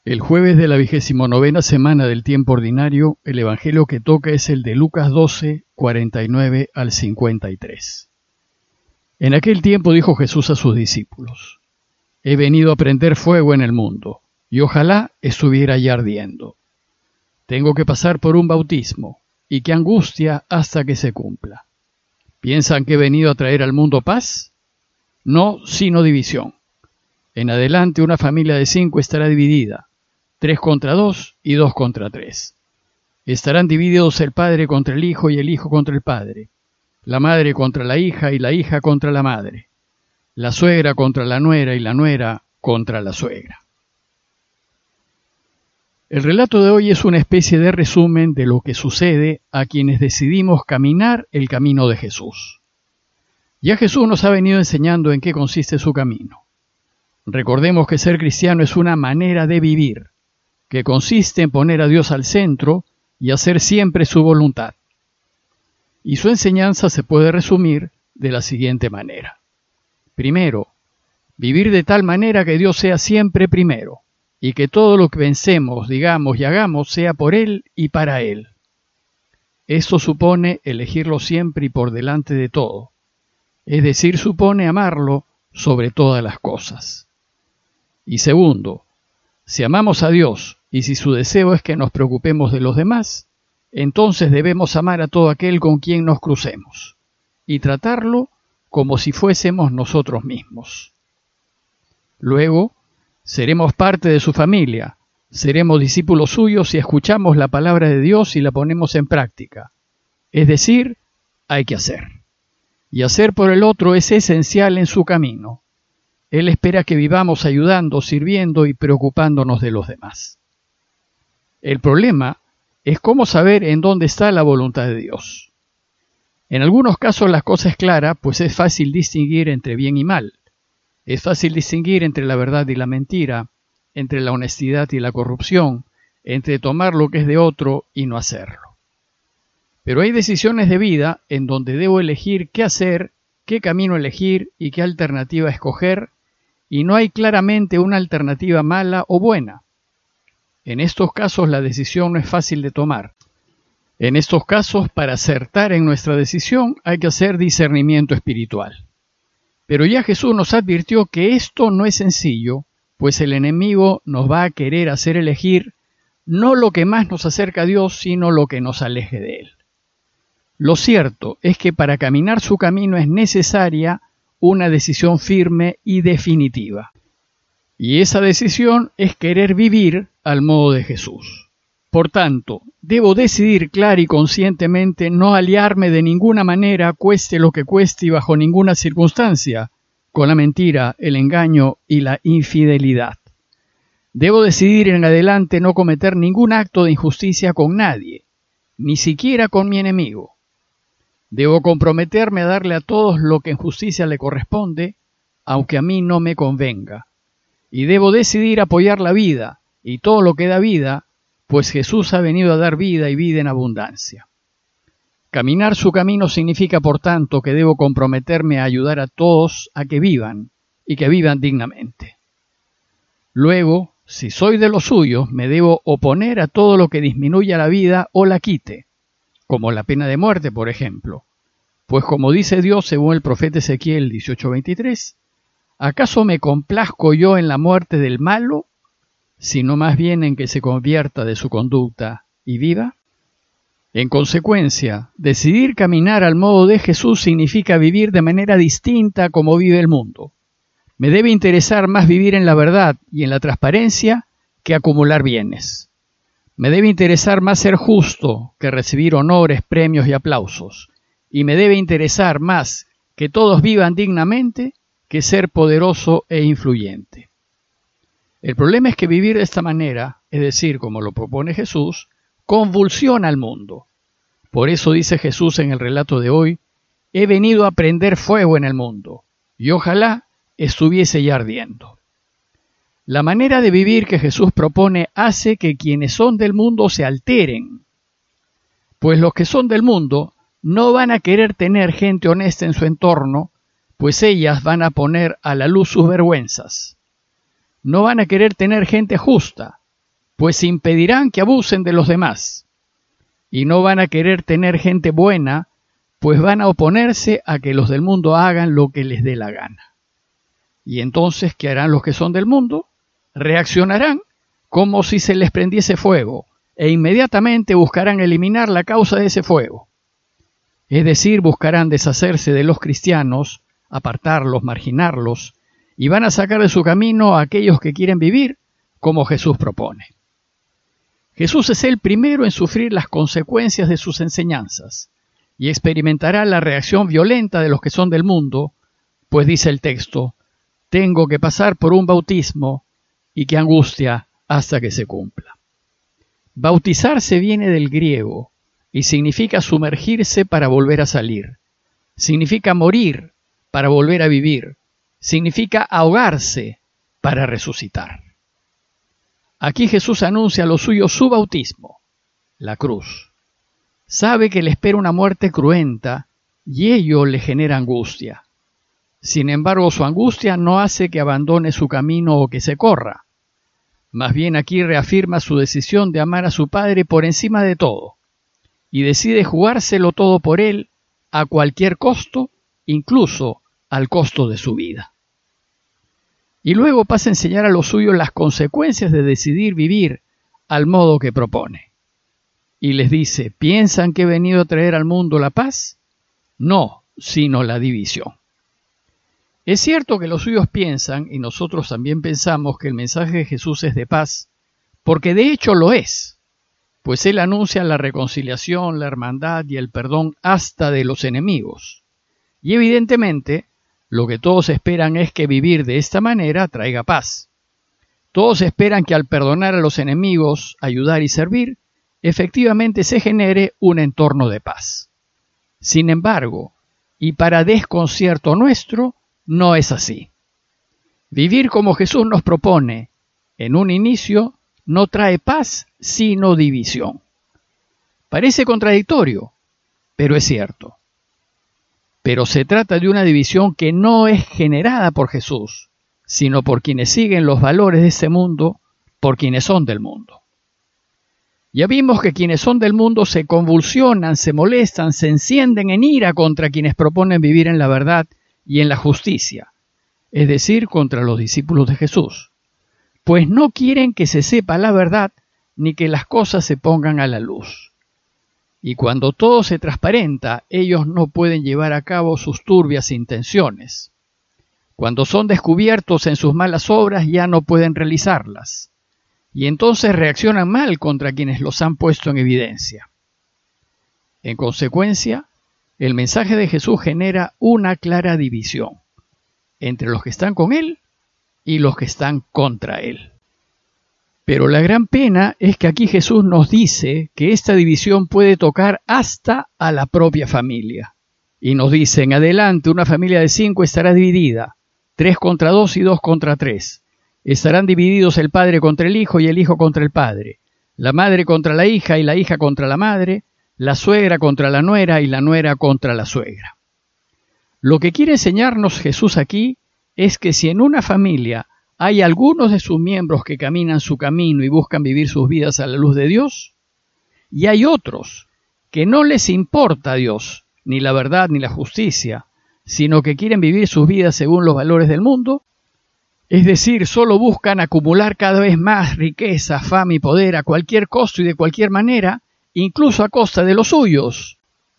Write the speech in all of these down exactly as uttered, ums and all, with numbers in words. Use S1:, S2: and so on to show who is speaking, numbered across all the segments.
S1: El jueves de la vigésimo novena semana del tiempo ordinario, el evangelio que toca es el de Lucas doce, cuarenta y nueve al cincuenta y tres. En aquel tiempo dijo Jesús a sus discípulos: He venido a prender fuego en el mundo, y ojalá estuviera ya ardiendo. Tengo que pasar por un bautismo, y qué angustia hasta que se cumpla. ¿Piensan que he venido a traer al mundo paz? No, sino división. En adelante una familia de cinco estará dividida, tres contra dos y dos contra tres. Estarán divididos el padre contra el hijo y el hijo contra el padre, la madre contra la hija y la hija contra la madre, la suegra contra la nuera y la nuera contra la suegra. El relato de hoy es una especie de resumen de lo que sucede a quienes decidimos caminar el camino de Jesús. Ya Jesús nos ha venido enseñando en qué consiste su camino. Recordemos que ser cristiano es una manera de vivir, que consiste en poner a Dios al centro y hacer siempre su voluntad. Y su enseñanza se puede resumir de la siguiente manera. Primero, vivir de tal manera que Dios sea siempre primero, y que todo lo que pensemos, digamos y hagamos sea por Él y para Él. Esto supone elegirlo siempre y por delante de todo, es decir, supone amarlo sobre todas las cosas. Y segundo, si amamos a Dios y si su deseo es que nos preocupemos de los demás, entonces debemos amar a todo aquel con quien nos crucemos y tratarlo como si fuésemos nosotros mismos. Luego, seremos parte de su familia, seremos discípulos suyos si escuchamos la palabra de Dios y la ponemos en práctica. Es decir, hay que hacer. Y hacer por el otro es esencial en su camino. Él espera que vivamos ayudando, sirviendo y preocupándonos de los demás. El problema es cómo saber en dónde está la voluntad de Dios. En algunos casos la cosa es clara, pues es fácil distinguir entre bien y mal. Es fácil distinguir entre la verdad y la mentira, entre la honestidad y la corrupción, entre tomar lo que es de otro y no hacerlo. Pero hay decisiones de vida en donde debo elegir qué hacer, qué camino elegir y qué alternativa escoger, y no hay claramente una alternativa mala o buena. En estos casos la decisión no es fácil de tomar. En estos casos, para acertar en nuestra decisión, hay que hacer discernimiento espiritual. Pero ya Jesús nos advirtió que esto no es sencillo, pues el enemigo nos va a querer hacer elegir no lo que más nos acerca a Dios, sino lo que nos aleje de Él. Lo cierto es que para caminar su camino es necesaria una decisión firme y definitiva. Y esa decisión es querer vivir al modo de Jesús. Por tanto, debo decidir clara y conscientemente no aliarme de ninguna manera, cueste lo que cueste y bajo ninguna circunstancia, con la mentira, el engaño y la infidelidad. Debo decidir en adelante no cometer ningún acto de injusticia con nadie, ni siquiera con mi enemigo. Debo comprometerme a darle a todos lo que en justicia le corresponde, aunque a mí no me convenga. Y debo decidir apoyar la vida y todo lo que da vida, pues Jesús ha venido a dar vida y vida en abundancia. Caminar su camino significa, por tanto, que debo comprometerme a ayudar a todos a que vivan y que vivan dignamente. Luego, si soy de los suyos, me debo oponer a todo lo que disminuya la vida o la quite, como la pena de muerte, por ejemplo. Pues como dice Dios según el profeta Ezequiel dieciocho veintitrés, ¿acaso me complazco yo en la muerte del malo, sino más bien en que se convierta de su conducta y viva? En consecuencia, decidir caminar al modo de Jesús significa vivir de manera distinta como vive el mundo. Me debe interesar más vivir en la verdad y en la transparencia que acumular bienes. Me debe interesar más ser justo que recibir honores, premios y aplausos. Y me debe interesar más que todos vivan dignamente que ser poderoso e influyente. El problema es que vivir de esta manera, es decir, como lo propone Jesús, convulsiona al mundo. Por eso dice Jesús en el relato de hoy: he venido a prender fuego en el mundo, y ojalá estuviese ya ardiendo. La manera de vivir que Jesús propone hace que quienes son del mundo se alteren, pues los que son del mundo no van a querer tener gente honesta en su entorno, pues ellas van a poner a la luz sus vergüenzas. No van a querer tener gente justa, pues impedirán que abusen de los demás. Y no van a querer tener gente buena, pues van a oponerse a que los del mundo hagan lo que les dé la gana. Y entonces, ¿qué harán los que son del mundo? Reaccionarán como si se les prendiese fuego, e inmediatamente buscarán eliminar la causa de ese fuego. Es decir, buscarán deshacerse de los cristianos, apartarlos, marginarlos, y van a sacar de su camino a aquellos que quieren vivir como Jesús propone. Jesús es el primero en sufrir las consecuencias de sus enseñanzas y experimentará la reacción violenta de los que son del mundo, pues dice el texto, tengo que pasar por un bautismo y qué angustia hasta que se cumpla. Bautizarse viene del griego y significa sumergirse para volver a salir, significa morir para volver a vivir, significa ahogarse para resucitar. Aquí Jesús anuncia a los suyos su bautismo, la cruz. Sabe que le espera una muerte cruenta y ello le genera angustia. Sin embargo, su angustia no hace que abandone su camino o que se corra. Más bien aquí reafirma su decisión de amar a su Padre por encima de todo y decide jugárselo todo por él a cualquier costo, incluso al costo de su vida. Y luego pasa a enseñar a los suyos las consecuencias de decidir vivir al modo que propone. Y les dice, ¿piensan que he venido a traer al mundo la paz? No, sino la división. Es cierto que los suyos piensan, y nosotros también pensamos, que el mensaje de Jesús es de paz, porque de hecho lo es, pues él anuncia la reconciliación, la hermandad y el perdón hasta de los enemigos. Y evidentemente, lo que todos esperan es que vivir de esta manera traiga paz. Todos esperan que al perdonar a los enemigos, ayudar y servir, efectivamente se genere un entorno de paz. Sin embargo, y para desconcierto nuestro, no es así. Vivir como Jesús nos propone, en un inicio, no trae paz, sino división. Parece contradictorio, pero es cierto. Pero se trata de una división que no es generada por Jesús, sino por quienes siguen los valores de este mundo, por quienes son del mundo. Ya vimos que quienes son del mundo se convulsionan, se molestan, se encienden en ira contra quienes proponen vivir en la verdad y en la justicia, es decir, contra los discípulos de Jesús, pues no quieren que se sepa la verdad ni que las cosas se pongan a la luz. Y cuando todo se transparenta, ellos no pueden llevar a cabo sus turbias intenciones. Cuando son descubiertos en sus malas obras, ya no pueden realizarlas. Y entonces reaccionan mal contra quienes los han puesto en evidencia. En consecuencia, el mensaje de Jesús genera una clara división entre los que están con Él y los que están contra Él. Pero la gran pena es que aquí Jesús nos dice que esta división puede tocar hasta a la propia familia. Y nos dice, en adelante una familia de cinco estará dividida, tres contra dos y dos contra tres. Estarán divididos el padre contra el hijo y el hijo contra el padre, la madre contra la hija y la hija contra la madre, la suegra contra la nuera y la nuera contra la suegra. Lo que quiere enseñarnos Jesús aquí es que si en una familia hay algunos de sus miembros que caminan su camino y buscan vivir sus vidas a la luz de Dios, y hay otros que no les importa a Dios, ni la verdad ni la justicia, sino que quieren vivir sus vidas según los valores del mundo, es decir, solo buscan acumular cada vez más riqueza, fama y poder a cualquier costo y de cualquier manera, incluso a costa de los suyos.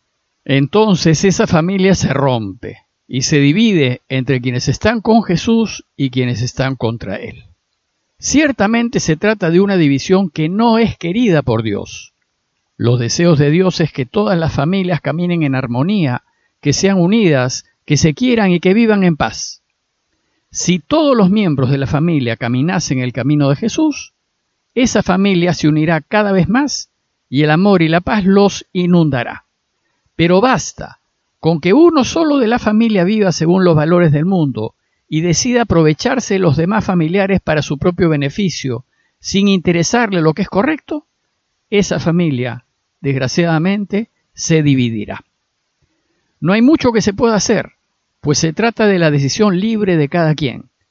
S1: Entonces esa familia se rompe y se divide entre quienes están con Jesús y quienes están contra Él. Ciertamente se trata de una división que no es querida por Dios. Los deseos de Dios es que todas las familias caminen en armonía, que sean unidas, que se quieran y que vivan en paz. Si todos los miembros de la familia caminasen el camino de Jesús, esa familia se unirá cada vez más y el amor y la paz los inundará. Pero basta con que uno solo de la familia viva según los valores del mundo y decida aprovecharse de los demás familiares para su propio beneficio, sin interesarle lo que es correcto, esa familia, desgraciadamente, se dividirá. No hay mucho que se pueda hacer, pues se trata de la decisión libre de cada quien.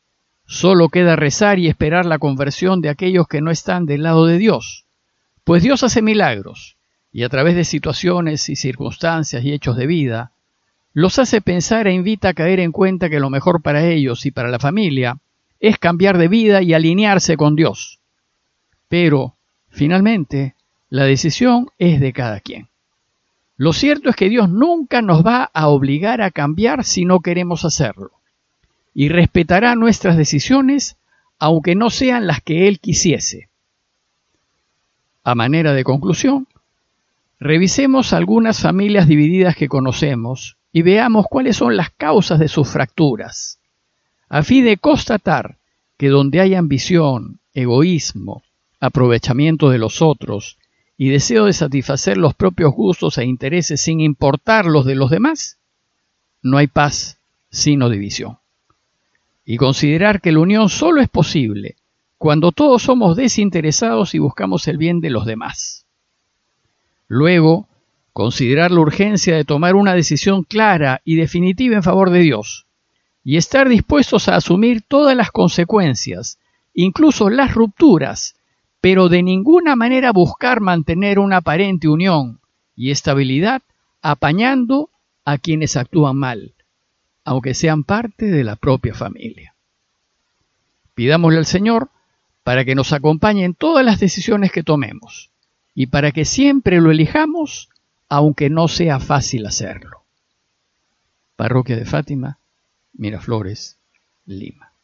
S1: Solo queda rezar y esperar la conversión de aquellos que no están del lado de Dios, pues Dios hace milagros y a través de situaciones y circunstancias y hechos de vida, los hace pensar e invita a caer en cuenta que lo mejor para ellos y para la familia es cambiar de vida y alinearse con Dios. Pero, finalmente, la decisión es de cada quien. Lo cierto es que Dios nunca nos va a obligar a cambiar si no queremos hacerlo, y respetará nuestras decisiones aunque no sean las que Él quisiese. A manera de conclusión, revisemos algunas familias divididas que conocemos y veamos cuáles son las causas de sus fracturas, a fin de constatar que donde hay ambición, egoísmo, aprovechamiento de los otros y deseo de satisfacer los propios gustos e intereses sin importar los de los demás, no hay paz sino división. Y considerar que la unión solo es posible cuando todos somos desinteresados y buscamos el bien de los demás. Luego, considerar la urgencia de tomar una decisión clara y definitiva en favor de Dios, y estar dispuestos a asumir todas las consecuencias, incluso las rupturas, pero de ninguna manera buscar mantener una aparente unión y estabilidad apañando a quienes actúan mal, aunque sean parte de la propia familia. Pidámosle al Señor para que nos acompañe en todas las decisiones que tomemos y para que siempre lo elijamos, aunque no sea fácil hacerlo. Parroquia de Fátima, Miraflores, Lima.